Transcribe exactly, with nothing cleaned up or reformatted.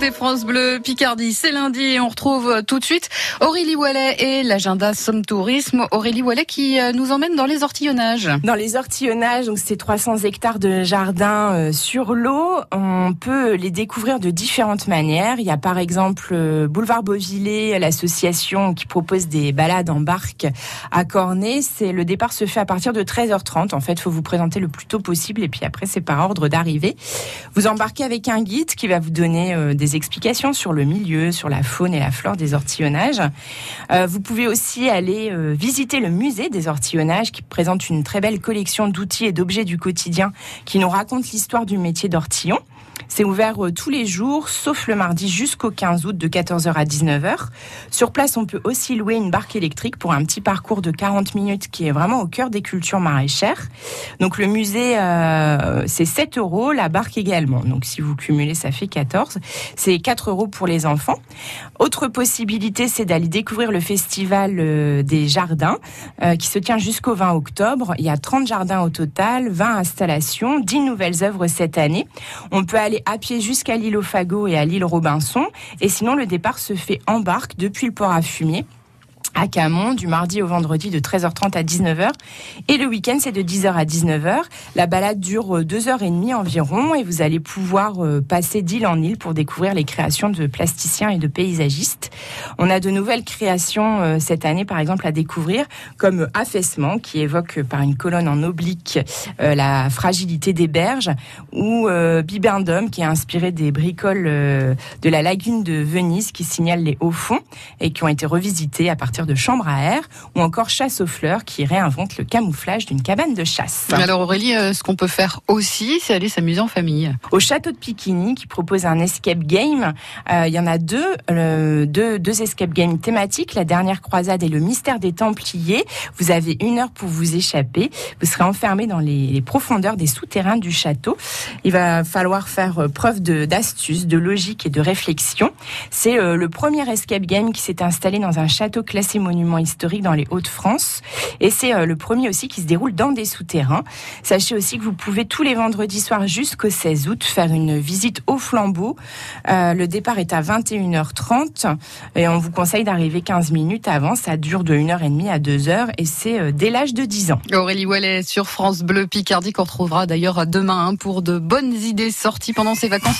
écoutez France Bleu Picardie, c'est lundi et on retrouve tout de suite Aurélie Wallet et l'agenda Somme Tourisme. Aurélie Wallet qui nous emmène dans les ortillonnages. Dans les ortillonnages, donc c'est trois cents hectares de jardin euh, sur l'eau. On peut les découvrir de différentes manières. Il y a par exemple euh, Boulevard Beauvillé, l'association qui propose des balades en barque à Cornet. C'est, le départ se fait à partir de treize heures trente. En fait, il faut vous présenter le plus tôt possible et puis après c'est par ordre d'arrivée. Vous embarquez avec un guide qui va vous donner euh, des explications sur le milieu, sur la faune et la flore des ortillonnages. Euh, vous pouvez aussi aller euh, visiter le musée des ortillonnages qui présente une très belle collection d'outils et d'objets du quotidien qui nous raconte l'histoire du métier d'ortillon. C'est ouvert euh, tous les jours, sauf le mardi jusqu'au quinze août de quatorze heures à dix-neuf heures. Sur place, on peut aussi louer une barque électrique pour un petit parcours de quarante minutes qui est vraiment au cœur des cultures maraîchères. Donc le musée, euh, c'est sept euros, la barque également. Donc si vous cumulez, ça fait quatorze. C'est quatre euros pour les enfants. Autre possibilité, c'est d'aller découvrir le festival euh, des jardins euh, qui se tient jusqu'au vingt octobre. Il y a trente jardins au total, vingt installations, dix nouvelles œuvres cette année. On peut aller à pied jusqu'à l'île aux Fagots et à l'île Robinson. Et sinon, le départ se fait en barque depuis le port à Fumier à Camon, du mardi au vendredi de treize heures trente à dix-neuf heures. Et le week-end, c'est de dix heures à dix-neuf heures. La balade dure deux heures trente environ et vous allez pouvoir passer d'île en île pour découvrir les créations de plasticiens et de paysagistes. On a de nouvelles créations cette année, par exemple, à découvrir, comme Affaissement, qui évoque par une colonne en oblique euh, la fragilité des berges, ou euh, Bibendum, qui est inspiré des bricoles euh, de la lagune de Venise, qui signalent les hauts fonds et qui ont été revisitées à partir de chambres à air, ou encore Chasse aux fleurs qui réinvente le camouflage d'une cabane de chasse. Alors Aurélie, euh, ce qu'on peut faire aussi, c'est aller s'amuser en famille. Au château de Piquigny qui propose un escape game, euh, il y en a deux, euh, deux, deux escape games thématiques, la dernière croisade et le mystère des Templiers. Vous avez une heure pour vous échapper. Vous serez enfermé dans les, les profondeurs des souterrains du château. Il va falloir faire preuve de, d'astuce, de logique et de réflexion. C'est euh, le premier escape game qui s'est installé dans un château classé monument historique dans les Hauts-de-France. Et c'est euh, le premier aussi qui se déroule dans des souterrains. Sachez aussi que vous pouvez tous les vendredis soirs jusqu'au seize août faire une visite au flambeau. Euh, le départ est à vingt et une heures trente et on vous conseille d'arriver quinze minutes avant. Ça dure de une heure trente à deux heures et c'est euh, dès l'âge de dix ans. Aurélie Wallet sur France Bleu Picardie qu'on retrouvera d'ailleurs demain hein, pour de bonnes idées sorties pendant ces vacances.